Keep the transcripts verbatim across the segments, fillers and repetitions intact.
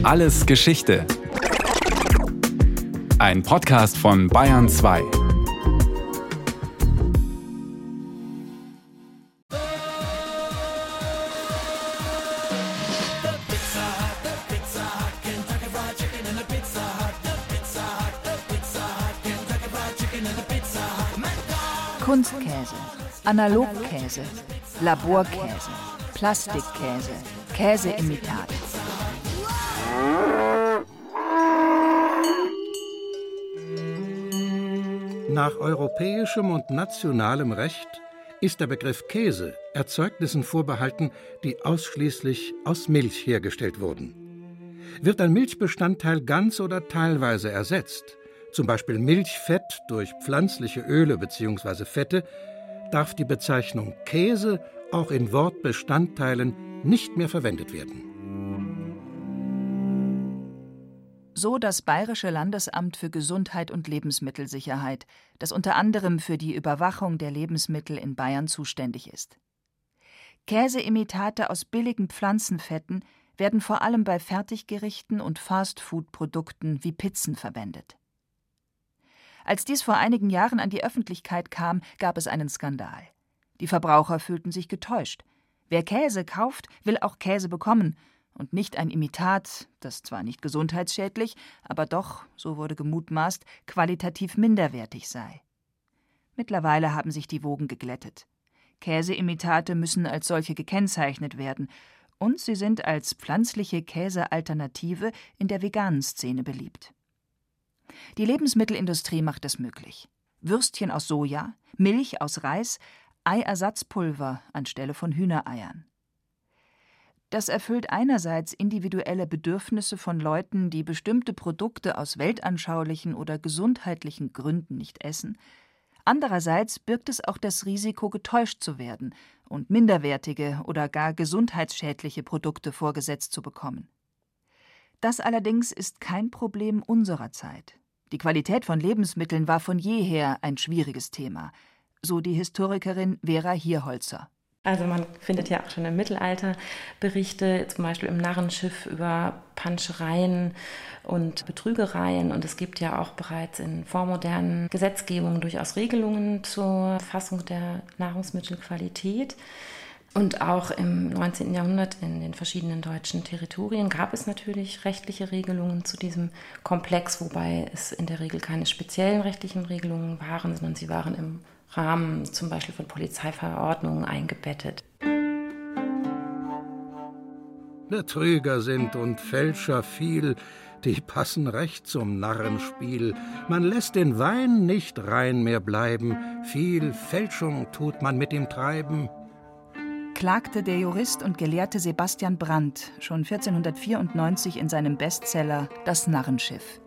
Alles Geschichte. Ein Podcast von Bayern zwei. Kunstkäse, Analogkäse, Laborkäse, Plastikkäse, Käseimitat. Nach europäischem und nationalem Recht ist der Begriff Käse Erzeugnissen vorbehalten, die ausschließlich aus Milch hergestellt wurden. Wird ein Milchbestandteil ganz oder teilweise ersetzt, zum Beispiel Milchfett durch pflanzliche Öle bzw. Fette, darf die Bezeichnung Käse auch in Wortbestandteilen nicht mehr verwendet werden. So das Bayerische Landesamt für Gesundheit und Lebensmittelsicherheit, das unter anderem für die Überwachung der Lebensmittel in Bayern zuständig ist. Käseimitate aus billigen Pflanzenfetten werden vor allem bei Fertiggerichten und Fastfood-Produkten wie Pizzen verwendet. Als dies vor einigen Jahren an die Öffentlichkeit kam, gab es einen Skandal. Die Verbraucher fühlten sich getäuscht. Wer Käse kauft, will auch Käse bekommen und nicht ein Imitat, das zwar nicht gesundheitsschädlich, aber doch, so wurde gemutmaßt, qualitativ minderwertig sei. Mittlerweile haben sich die Wogen geglättet. Käseimitate müssen als solche gekennzeichnet werden und sie sind als pflanzliche Käsealternative in der veganen Szene beliebt. Die Lebensmittelindustrie macht es möglich. Würstchen aus Soja, Milch aus Reis, Eiersatzpulver anstelle von Hühnereiern. Das erfüllt einerseits individuelle Bedürfnisse von Leuten, die bestimmte Produkte aus weltanschaulichen oder gesundheitlichen Gründen nicht essen. Andererseits birgt es auch das Risiko, getäuscht zu werden und minderwertige oder gar gesundheitsschädliche Produkte vorgesetzt zu bekommen. Das allerdings ist kein Problem unserer Zeit. Die Qualität von Lebensmitteln war von jeher ein schwieriges Thema, so die Historikerin Vera Hierholzer. Also man findet ja auch schon im Mittelalter Berichte, zum Beispiel im Narrenschiff, über Panschereien und Betrügereien. Und es gibt ja auch bereits in vormodernen Gesetzgebungen durchaus Regelungen zur Erfassung der Nahrungsmittelqualität. Und auch im neunzehnten Jahrhundert in den verschiedenen deutschen Territorien gab es natürlich rechtliche Regelungen zu diesem Komplex, wobei es in der Regel keine speziellen rechtlichen Regelungen waren, sondern sie waren im Rahmen zum Beispiel von Polizeiverordnungen eingebettet. Betrüger sind und Fälscher viel, die passen recht zum Narrenspiel. Man lässt den Wein nicht rein mehr bleiben, viel Fälschung tut man mit ihm treiben, klagte der Jurist und Gelehrte Sebastian Brandt schon vierzehnhundertvierundneunzig in seinem Bestseller »Das Narrenschiff«.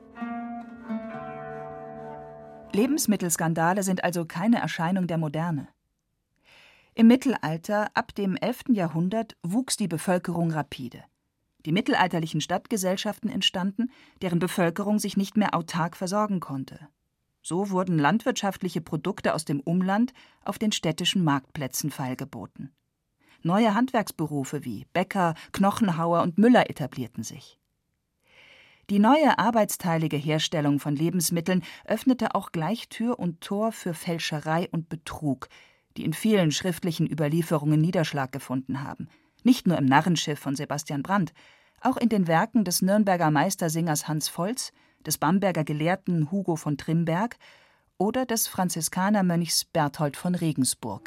Lebensmittelskandale sind also keine Erscheinung der Moderne. Im Mittelalter, ab dem elften Jahrhundert, wuchs die Bevölkerung rapide. Die mittelalterlichen Stadtgesellschaften entstanden, deren Bevölkerung sich nicht mehr autark versorgen konnte. So wurden landwirtschaftliche Produkte aus dem Umland auf den städtischen Marktplätzen feilgeboten. Neue Handwerksberufe wie Bäcker, Knochenhauer und Müller etablierten sich. Die neue arbeitsteilige Herstellung von Lebensmitteln öffnete auch gleich Tür und Tor für Fälscherei und Betrug, die in vielen schriftlichen Überlieferungen Niederschlag gefunden haben. Nicht nur im Narrenschiff von Sebastian Brandt, auch in den Werken des Nürnberger Meistersingers Hans Volz, des Bamberger Gelehrten Hugo von Trimberg oder des Franziskanermönchs Berthold von Regensburg.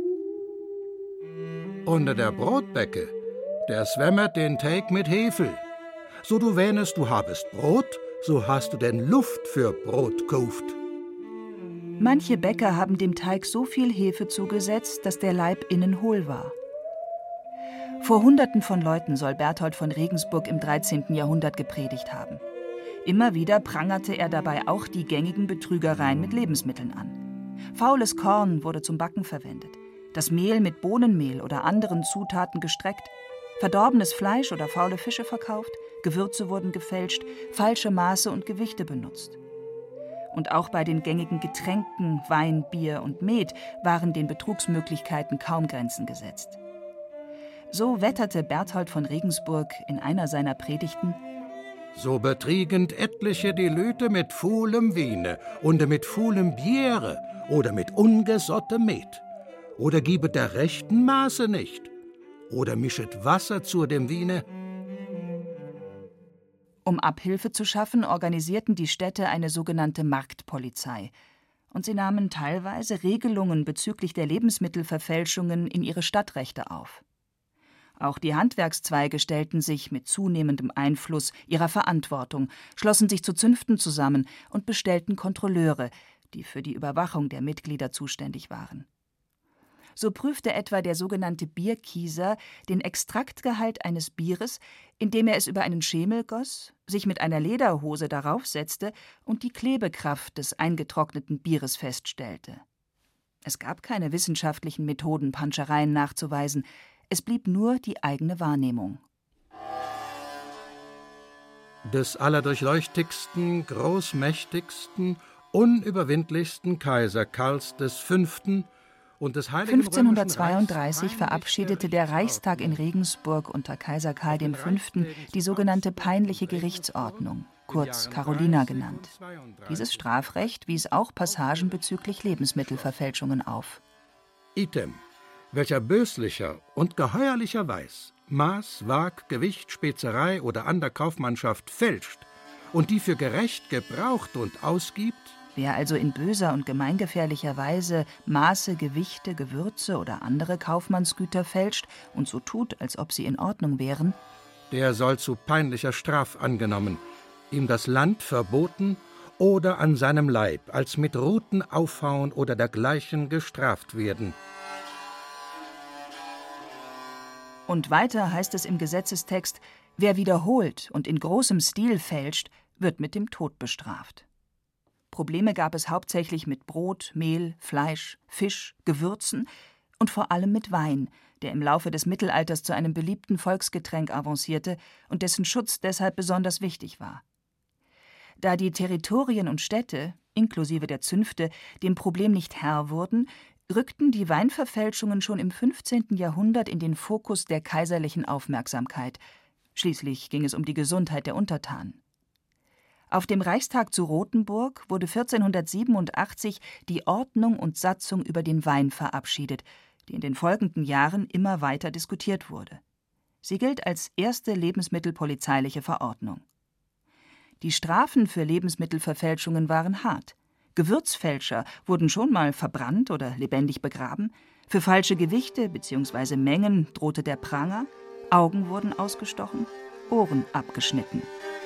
Unter der Brotbäcke, der swämmert den Teig mit Hefel. So du wähnest, du habest Brot, so hast du denn Luft für Brot kauft. Manche Bäcker haben dem Teig so viel Hefe zugesetzt, dass der Leib innen hohl war. Vor Hunderten von Leuten soll Berthold von Regensburg im dreizehnten Jahrhundert gepredigt haben. Immer wieder prangerte er dabei auch die gängigen Betrügereien mit Lebensmitteln an. Faules Korn wurde zum Backen verwendet, das Mehl mit Bohnenmehl oder anderen Zutaten gestreckt, verdorbenes Fleisch oder faule Fische verkauft, Gewürze wurden gefälscht, falsche Maße und Gewichte benutzt. Und auch bei den gängigen Getränken, Wein, Bier und Met waren den Betrugsmöglichkeiten kaum Grenzen gesetzt. So wetterte Berthold von Regensburg in einer seiner Predigten: So betriegend etliche die Lüte mit fuhlem Wiene und mit fuhlem Biere oder mit ungesottem Met. Oder gibet der rechten Maße nicht. Oder mischet Wasser zu dem Wiene. Um Abhilfe zu schaffen, organisierten die Städte eine sogenannte Marktpolizei. Und sie nahmen teilweise Regelungen bezüglich der Lebensmittelverfälschungen in ihre Stadtrechte auf. Auch die Handwerkszweige stellten sich mit zunehmendem Einfluss ihrer Verantwortung, schlossen sich zu Zünften zusammen und bestellten Kontrolleure, die für die Überwachung der Mitglieder zuständig waren. So prüfte etwa der sogenannte Bierkieser den Extraktgehalt eines Bieres, indem er es über einen Schemel goss, sich mit einer Lederhose darauf setzte und die Klebekraft des eingetrockneten Bieres feststellte. Es gab keine wissenschaftlichen Methoden, Panschereien nachzuweisen. Es blieb nur die eigene Wahrnehmung. Des allerdurchleuchtigsten, großmächtigsten, unüberwindlichsten Kaiser Karls des Fünften und des Heiligen fünfzehnhundertzweiunddreißig verabschiedete der Reichstag in Regensburg unter Kaiser Karl der Fünfte die sogenannte peinliche Gerichtsordnung, kurz Carolina genannt. Dieses Strafrecht wies auch Passagen bezüglich Lebensmittelverfälschungen auf. Item, welcher böslicher und geheuerlicherweise Maß, Waag, Gewicht, Spezerei oder ander Kaufmannschaft fälscht und die für gerecht gebraucht und ausgibt. Wer also in böser und gemeingefährlicher Weise Maße, Gewichte, Gewürze oder andere Kaufmannsgüter fälscht und so tut, als ob sie in Ordnung wären, der soll zu peinlicher Straf angenommen, ihm das Land verboten oder an seinem Leib als mit Ruten aufhauen oder dergleichen gestraft werden. Und weiter heißt es im Gesetzestext, wer wiederholt und in großem Stil fälscht, wird mit dem Tod bestraft. Probleme gab es hauptsächlich mit Brot, Mehl, Fleisch, Fisch, Gewürzen und vor allem mit Wein, der im Laufe des Mittelalters zu einem beliebten Volksgetränk avancierte und dessen Schutz deshalb besonders wichtig war. Da die Territorien und Städte, inklusive der Zünfte, dem Problem nicht Herr wurden, rückten die Weinverfälschungen schon im fünfzehnten Jahrhundert in den Fokus der kaiserlichen Aufmerksamkeit. Schließlich ging es um die Gesundheit der Untertanen. Auf dem Reichstag zu Rothenburg wurde vierzehnhundertsiebenundachtzig die Ordnung und Satzung über den Wein verabschiedet, die in den folgenden Jahren immer weiter diskutiert wurde. Sie gilt als erste lebensmittelpolizeiliche Verordnung. Die Strafen für Lebensmittelverfälschungen waren hart. Gewürzfälscher wurden schon mal verbrannt oder lebendig begraben, für falsche Gewichte bzw. Mengen drohte der Pranger, Augen wurden ausgestochen, Ohren abgeschnitten.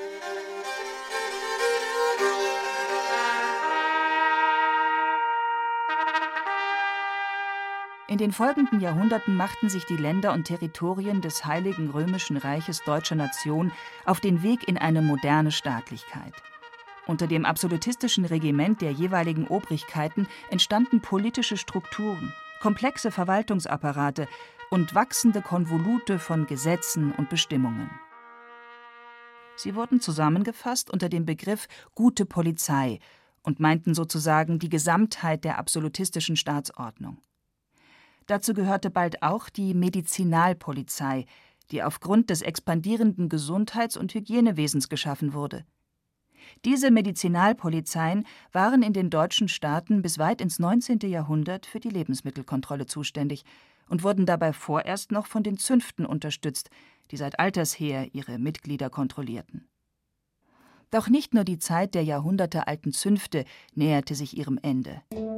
In den folgenden Jahrhunderten machten sich die Länder und Territorien des Heiligen Römischen Reiches Deutscher Nation auf den Weg in eine moderne Staatlichkeit. Unter dem absolutistischen Regiment der jeweiligen Obrigkeiten entstanden politische Strukturen, komplexe Verwaltungsapparate und wachsende Konvolute von Gesetzen und Bestimmungen. Sie wurden zusammengefasst unter dem Begriff gute Polizei und meinten sozusagen die Gesamtheit der absolutistischen Staatsordnung. Dazu gehörte bald auch die Medizinalpolizei, die aufgrund des expandierenden Gesundheits- und Hygienewesens geschaffen wurde. Diese Medizinalpolizeien waren in den deutschen Staaten bis weit ins neunzehnte Jahrhundert für die Lebensmittelkontrolle zuständig und wurden dabei vorerst noch von den Zünften unterstützt, die seit alters her ihre Mitglieder kontrollierten. Doch nicht nur die Zeit der jahrhundertealten Zünfte näherte sich ihrem Ende.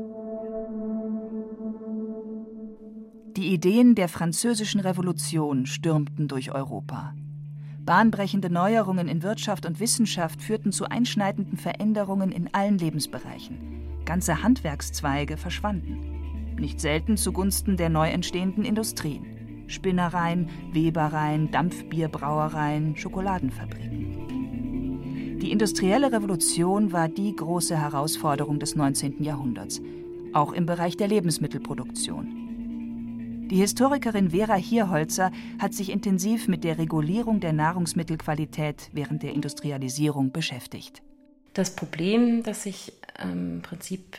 Die Ideen der Französischen Revolution stürmten durch Europa. Bahnbrechende Neuerungen in Wirtschaft und Wissenschaft führten zu einschneidenden Veränderungen in allen Lebensbereichen. Ganze Handwerkszweige verschwanden. Nicht selten zugunsten der neu entstehenden Industrien. Spinnereien, Webereien, Dampfbierbrauereien, Schokoladenfabriken. Die industrielle Revolution war die große Herausforderung des neunzehnten Jahrhunderts, auch im Bereich der Lebensmittelproduktion. Die Historikerin Vera Hierholzer hat sich intensiv mit der Regulierung der Nahrungsmittelqualität während der Industrialisierung beschäftigt. Das Problem, das sich ähm, im Prinzip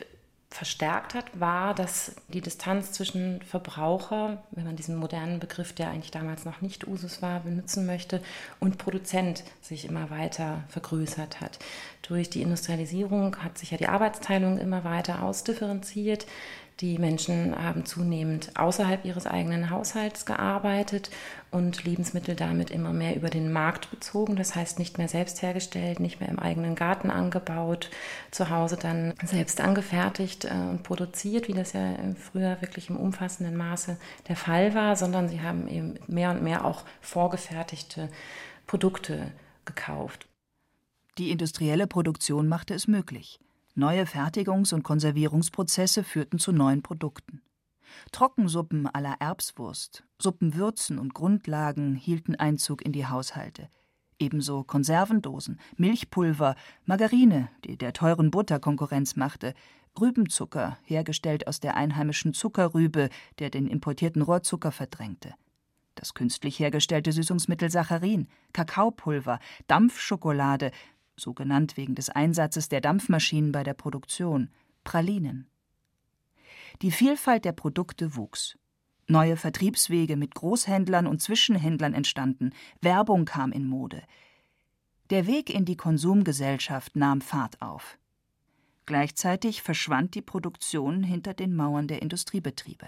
verstärkt hat, war, dass die Distanz zwischen Verbraucher, wenn man diesen modernen Begriff, der eigentlich damals noch nicht Usus war, benutzen möchte, und Produzent sich immer weiter vergrößert hat. Durch die Industrialisierung hat sich ja die Arbeitsteilung immer weiter ausdifferenziert. Die Menschen haben zunehmend außerhalb ihres eigenen Haushalts gearbeitet und Lebensmittel damit immer mehr über den Markt bezogen. Das heißt, nicht mehr selbst hergestellt, nicht mehr im eigenen Garten angebaut, zu Hause dann selbst angefertigt und produziert, wie das ja früher wirklich im umfassenden Maße der Fall war, sondern sie haben eben mehr und mehr auch vorgefertigte Produkte gekauft. Die industrielle Produktion machte es möglich. Neue Fertigungs- und Konservierungsprozesse führten zu neuen Produkten. Trockensuppen à la Erbswurst, Suppenwürzen und Grundlagen hielten Einzug in die Haushalte. Ebenso Konservendosen, Milchpulver, Margarine, die der teuren Butter Konkurrenz machte, Rübenzucker, hergestellt aus der einheimischen Zuckerrübe, der den importierten Rohrzucker verdrängte. Das künstlich hergestellte Süßungsmittel Saccharin, Kakaopulver, Dampfschokolade, so genannt wegen des Einsatzes der Dampfmaschinen bei der Produktion, Pralinen. Die Vielfalt der Produkte wuchs. Neue Vertriebswege mit Großhändlern und Zwischenhändlern entstanden, Werbung kam in Mode. Der Weg in die Konsumgesellschaft nahm Fahrt auf. Gleichzeitig verschwand die Produktion hinter den Mauern der Industriebetriebe.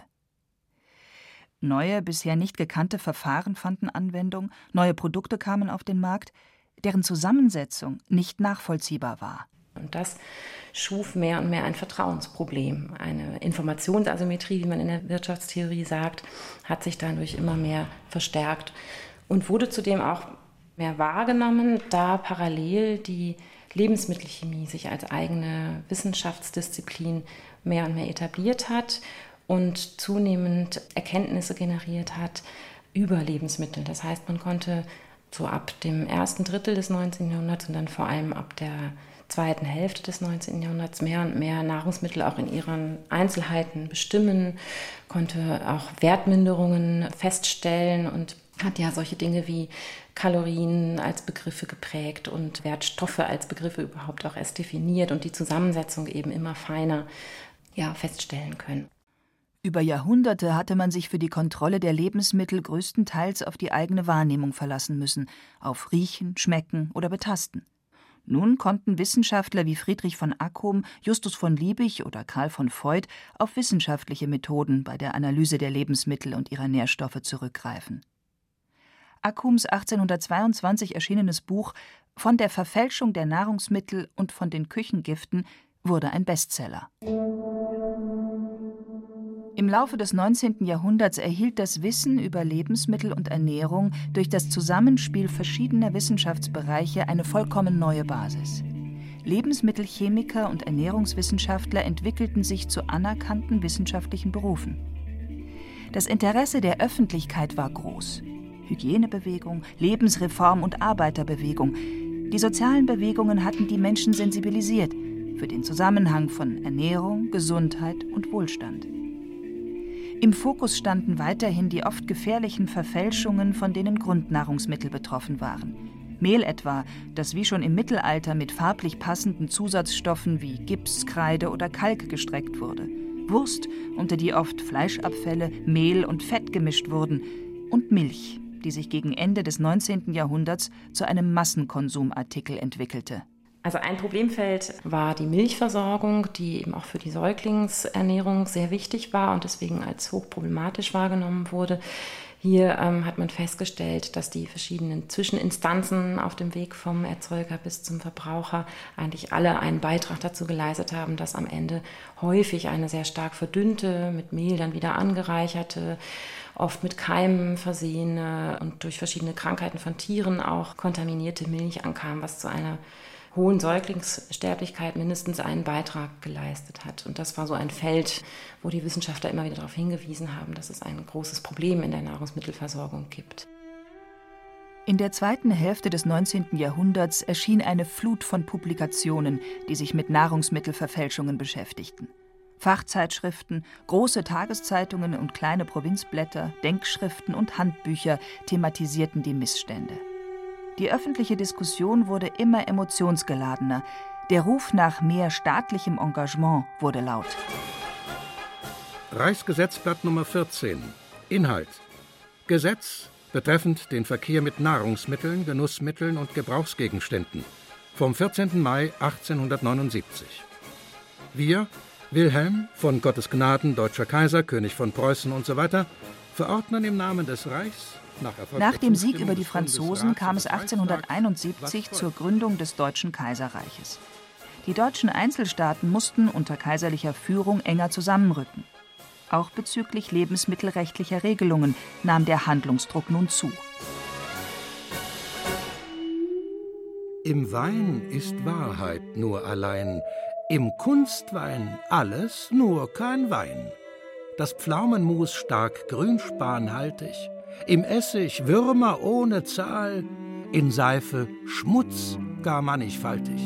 Neue, bisher nicht gekannte Verfahren fanden Anwendung, neue Produkte kamen auf den Markt, deren Zusammensetzung nicht nachvollziehbar war. Und das schuf mehr und mehr ein Vertrauensproblem. Eine Informationsasymmetrie, wie man in der Wirtschaftstheorie sagt, hat sich dadurch immer mehr verstärkt und wurde zudem auch mehr wahrgenommen, da parallel die Lebensmittelchemie sich als eigene Wissenschaftsdisziplin mehr und mehr etabliert hat und zunehmend Erkenntnisse generiert hat über Lebensmittel. Das heißt, man konnte so ab dem ersten Drittel des neunzehnten Jahrhunderts und dann vor allem ab der zweiten Hälfte des neunzehnten Jahrhunderts mehr und mehr Nahrungsmittel auch in ihren Einzelheiten bestimmen, konnte auch Wertminderungen feststellen und hat ja solche Dinge wie Kalorien als Begriffe geprägt und Wertstoffe als Begriffe überhaupt auch erst definiert und die Zusammensetzung eben immer feiner ja, feststellen können. Über Jahrhunderte hatte man sich für die Kontrolle der Lebensmittel größtenteils auf die eigene Wahrnehmung verlassen müssen, auf Riechen, Schmecken oder Betasten. Nun konnten Wissenschaftler wie Friedrich von Accum, Justus von Liebig oder Karl von Voit auf wissenschaftliche Methoden bei der Analyse der Lebensmittel und ihrer Nährstoffe zurückgreifen. Accums achtzehnhundertzweiundzwanzig erschienenes Buch »Von der Verfälschung der Nahrungsmittel und von den Küchengiften« wurde ein Bestseller. Im Laufe des neunzehnten Jahrhunderts erhielt das Wissen über Lebensmittel und Ernährung durch das Zusammenspiel verschiedener Wissenschaftsbereiche eine vollkommen neue Basis. Lebensmittelchemiker und Ernährungswissenschaftler entwickelten sich zu anerkannten wissenschaftlichen Berufen. Das Interesse der Öffentlichkeit war groß. Hygienebewegung, Lebensreform und Arbeiterbewegung. Die sozialen Bewegungen hatten die Menschen sensibilisiert für den Zusammenhang von Ernährung, Gesundheit und Wohlstand. Im Fokus standen weiterhin die oft gefährlichen Verfälschungen, von denen Grundnahrungsmittel betroffen waren. Mehl etwa, das wie schon im Mittelalter mit farblich passenden Zusatzstoffen wie Gips, Kreide oder Kalk gestreckt wurde. Wurst, unter die oft Fleischabfälle, Mehl und Fett gemischt wurden. Und Milch, die sich gegen Ende des neunzehnten Jahrhunderts zu einem Massenkonsumartikel entwickelte. Also ein Problemfeld war die Milchversorgung, die eben auch für die Säuglingsernährung sehr wichtig war und deswegen als hochproblematisch wahrgenommen wurde. Hier ähm, hat man festgestellt, dass die verschiedenen Zwischeninstanzen auf dem Weg vom Erzeuger bis zum Verbraucher eigentlich alle einen Beitrag dazu geleistet haben, dass am Ende häufig eine sehr stark verdünnte, mit Mehl dann wieder angereicherte, oft mit Keimen versehene und durch verschiedene Krankheiten von Tieren auch kontaminierte Milch ankam, was zu einer hohen Säuglingssterblichkeit mindestens einen Beitrag geleistet hat. Und das war so ein Feld, wo die Wissenschaftler immer wieder darauf hingewiesen haben, dass es ein großes Problem in der Nahrungsmittelversorgung gibt. In der zweiten Hälfte des neunzehnten Jahrhunderts erschien eine Flut von Publikationen, die sich mit Nahrungsmittelverfälschungen beschäftigten. Fachzeitschriften, große Tageszeitungen und kleine Provinzblätter, Denkschriften und Handbücher thematisierten die Missstände. Die öffentliche Diskussion wurde immer emotionsgeladener. Der Ruf nach mehr staatlichem Engagement wurde laut. Reichsgesetzblatt Nummer vierzehn. Inhalt: Gesetz betreffend den Verkehr mit Nahrungsmitteln, Genussmitteln und Gebrauchsgegenständen vom vierzehnten Mai achtzehnhundertneunundsiebzig. Wir, Wilhelm, von Gottes Gnaden, Deutscher Kaiser, König von Preußen usw., verordnen im Namen des Reichs nach Erfolg Nach der dem Sieg Zustimmung über die des Franzosen Bundesrats kam es und des achtzehnhunderteinundsiebzig Reichstags, zur Gründung des Deutschen Kaiserreiches. Die deutschen Einzelstaaten mussten unter kaiserlicher Führung enger zusammenrücken. Auch bezüglich lebensmittelrechtlicher Regelungen nahm der Handlungsdruck nun zu. Im Wein ist Wahrheit nur allein, im Kunstwein alles, nur kein Wein. Das Pflaumenmus stark grünspanhaltig, im Essig Würmer ohne Zahl, in Seife Schmutz gar mannigfaltig.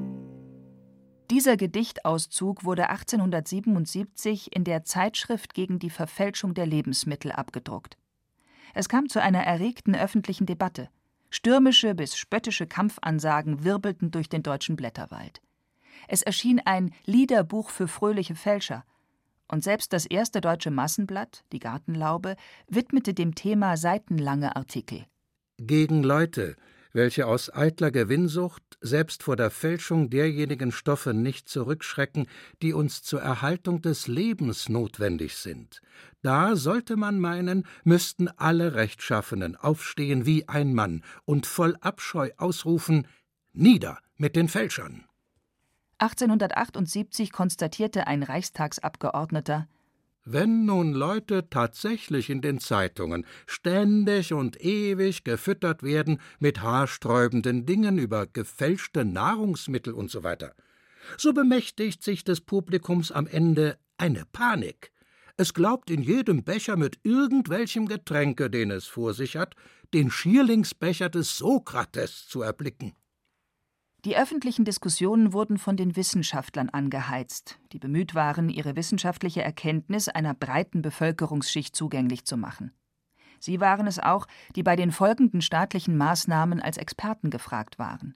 Dieser Gedichtauszug wurde achtzehnhundertsiebenundsiebzig in der Zeitschrift gegen die Verfälschung der Lebensmittel abgedruckt. Es kam zu einer erregten öffentlichen Debatte. Stürmische bis spöttische Kampfansagen wirbelten durch den deutschen Blätterwald. Es erschien ein Liederbuch für fröhliche Fälscher. Und selbst das erste deutsche Massenblatt, die Gartenlaube, widmete dem Thema seitenlange Artikel. Gegen Leute, welche aus eitler Gewinnsucht selbst vor der Fälschung derjenigen Stoffe nicht zurückschrecken, die uns zur Erhaltung des Lebens notwendig sind. Da sollte man meinen, müssten alle Rechtschaffenen aufstehen wie ein Mann und voll Abscheu ausrufen: Nieder mit den Fälschern! achtzehnhundertachtundsiebzig konstatierte ein Reichstagsabgeordneter: Wenn nun Leute tatsächlich in den Zeitungen ständig und ewig gefüttert werden mit haarsträubenden Dingen über gefälschte Nahrungsmittel usw., so bemächtigt sich des Publikums am Ende eine Panik. Es glaubt in jedem Becher mit irgendwelchem Getränke, den es vor sich hat, den Schierlingsbecher des Sokrates zu erblicken. Die öffentlichen Diskussionen wurden von den Wissenschaftlern angeheizt, die bemüht waren, ihre wissenschaftliche Erkenntnis einer breiten Bevölkerungsschicht zugänglich zu machen. Sie waren es auch, die bei den folgenden staatlichen Maßnahmen als Experten gefragt waren.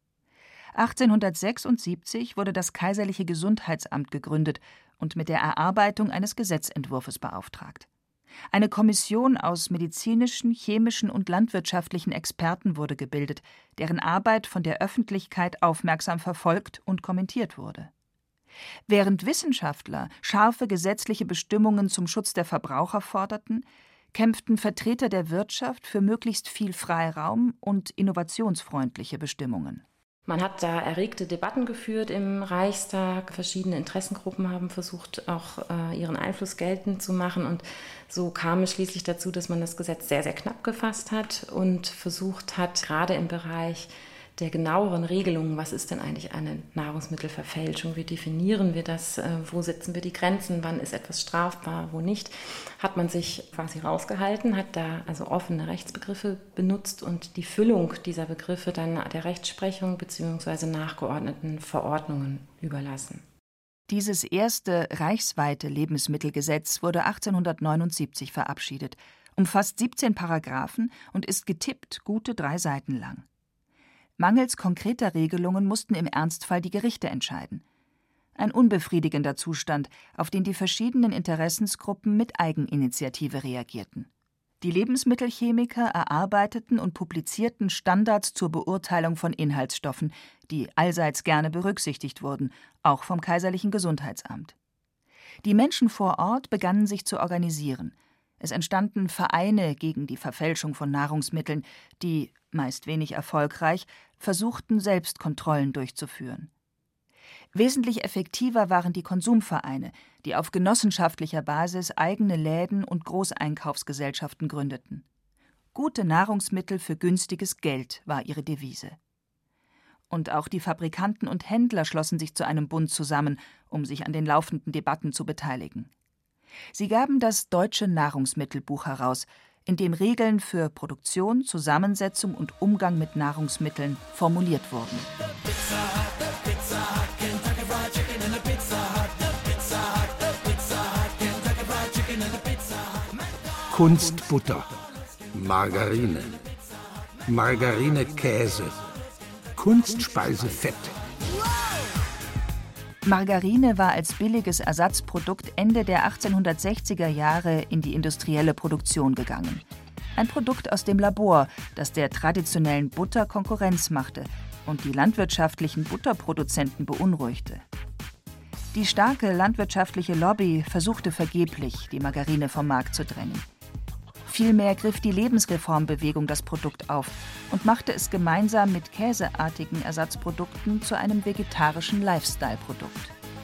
achtzehnhundertsechsundsiebzig wurde das Kaiserliche Gesundheitsamt gegründet und mit der Erarbeitung eines Gesetzentwurfs beauftragt. Eine Kommission aus medizinischen, chemischen und landwirtschaftlichen Experten wurde gebildet, deren Arbeit von der Öffentlichkeit aufmerksam verfolgt und kommentiert wurde. Während Wissenschaftler scharfe gesetzliche Bestimmungen zum Schutz der Verbraucher forderten, kämpften Vertreter der Wirtschaft für möglichst viel Freiraum und innovationsfreundliche Bestimmungen. Man hat da erregte Debatten geführt im Reichstag. Verschiedene Interessengruppen haben versucht, auch äh, ihren Einfluss geltend zu machen. Und so kam es schließlich dazu, dass man das Gesetz sehr, sehr knapp gefasst hat und versucht hat, gerade im Bereich der genaueren Regelungen, was ist denn eigentlich eine Nahrungsmittelverfälschung, wie definieren wir das, äh, wo setzen wir die Grenzen, wann ist etwas strafbar, wo nicht, hat man sich quasi rausgehalten, hat da also offene Rechtsbegriffe benutzt und die Füllung dieser Begriffe dann der Rechtsprechung bzw. nachgeordneten Verordnungen überlassen. Dieses erste reichsweite Lebensmittelgesetz wurde achtzehnhundertneunundsiebzig verabschiedet, umfasst siebzehn Paragraphen und ist getippt gute drei Seiten lang. Mangels konkreter Regelungen mussten im Ernstfall die Gerichte entscheiden. Ein unbefriedigender Zustand, auf den die verschiedenen Interessensgruppen mit Eigeninitiative reagierten. Die Lebensmittelchemiker erarbeiteten und publizierten Standards zur Beurteilung von Inhaltsstoffen, die allseits gerne berücksichtigt wurden, auch vom Kaiserlichen Gesundheitsamt. Die Menschen vor Ort begannen sich zu organisieren. Es entstanden Vereine gegen die Verfälschung von Nahrungsmitteln, die, meist wenig erfolgreich, versuchten, Selbstkontrollen durchzuführen. Wesentlich effektiver waren die Konsumvereine, die auf genossenschaftlicher Basis eigene Läden und Großeinkaufsgesellschaften gründeten. Gute Nahrungsmittel für günstiges Geld war ihre Devise. Und auch die Fabrikanten und Händler schlossen sich zu einem Bund zusammen, um sich an den laufenden Debatten zu beteiligen. Sie gaben das Deutsche Nahrungsmittelbuch heraus, in dem Regeln für Produktion, Zusammensetzung und Umgang mit Nahrungsmitteln formuliert wurden. Kunstbutter, Margarine, Margarine-Käse, Kunstspeiselfett, Margarine war als billiges Ersatzprodukt Ende der achtzehnhundertsechziger Jahre in die industrielle Produktion gegangen. Ein Produkt aus dem Labor, das der traditionellen Butter Konkurrenz machte und die landwirtschaftlichen Butterproduzenten beunruhigte. Die starke landwirtschaftliche Lobby versuchte vergeblich, die Margarine vom Markt zu drängen. Vielmehr griff die Lebensreformbewegung das Produkt auf und machte es gemeinsam mit käseartigen Ersatzprodukten zu einem vegetarischen Lifestyle-Produkt.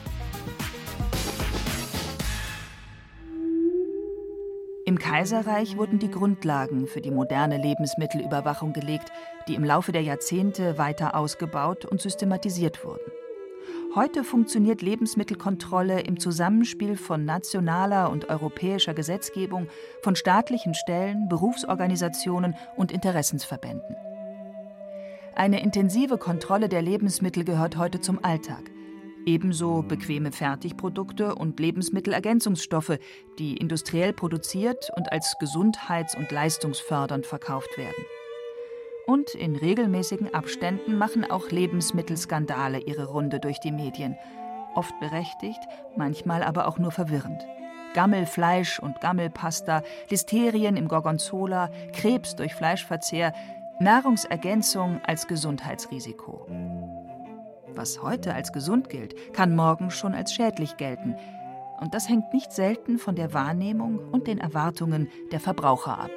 Im Kaiserreich wurden die Grundlagen für die moderne Lebensmittelüberwachung gelegt, die im Laufe der Jahrzehnte weiter ausgebaut und systematisiert wurden. Heute funktioniert Lebensmittelkontrolle im Zusammenspiel von nationaler und europäischer Gesetzgebung, von staatlichen Stellen, Berufsorganisationen und Interessensverbänden. Eine intensive Kontrolle der Lebensmittel gehört heute zum Alltag. Ebenso bequeme Fertigprodukte und Lebensmittelergänzungsstoffe, die industriell produziert und als gesundheits- und leistungsfördernd verkauft werden. Und in regelmäßigen Abständen machen auch Lebensmittelskandale ihre Runde durch die Medien. Oft berechtigt, manchmal aber auch nur verwirrend. Gammelfleisch und Gammelpasta, Listerien im Gorgonzola, Krebs durch Fleischverzehr, Nahrungsergänzung als Gesundheitsrisiko. Was heute als gesund gilt, kann morgen schon als schädlich gelten. Und das hängt nicht selten von der Wahrnehmung und den Erwartungen der Verbraucher ab.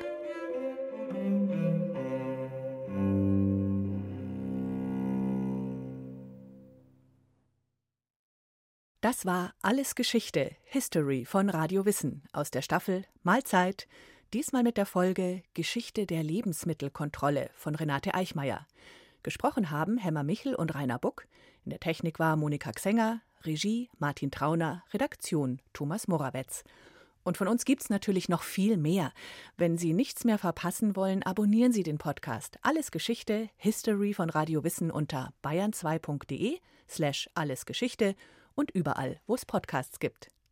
Das war Alles Geschichte, History von Radio Wissen aus der Staffel Mahlzeit, diesmal mit der Folge Geschichte der Lebensmittelkontrolle von Renate Eichmeier. Gesprochen haben Hemmer Michel und Rainer Buck, in der Technik war Monika Xenger, Regie Martin Trauner, Redaktion Thomas Morawetz. Und von uns gibt's natürlich noch viel mehr. Wenn Sie nichts mehr verpassen wollen, abonnieren Sie den Podcast Alles Geschichte, History von Radio Wissen unter bayern zwei punkt de slash allesgeschichte und überall, wo es Podcasts gibt.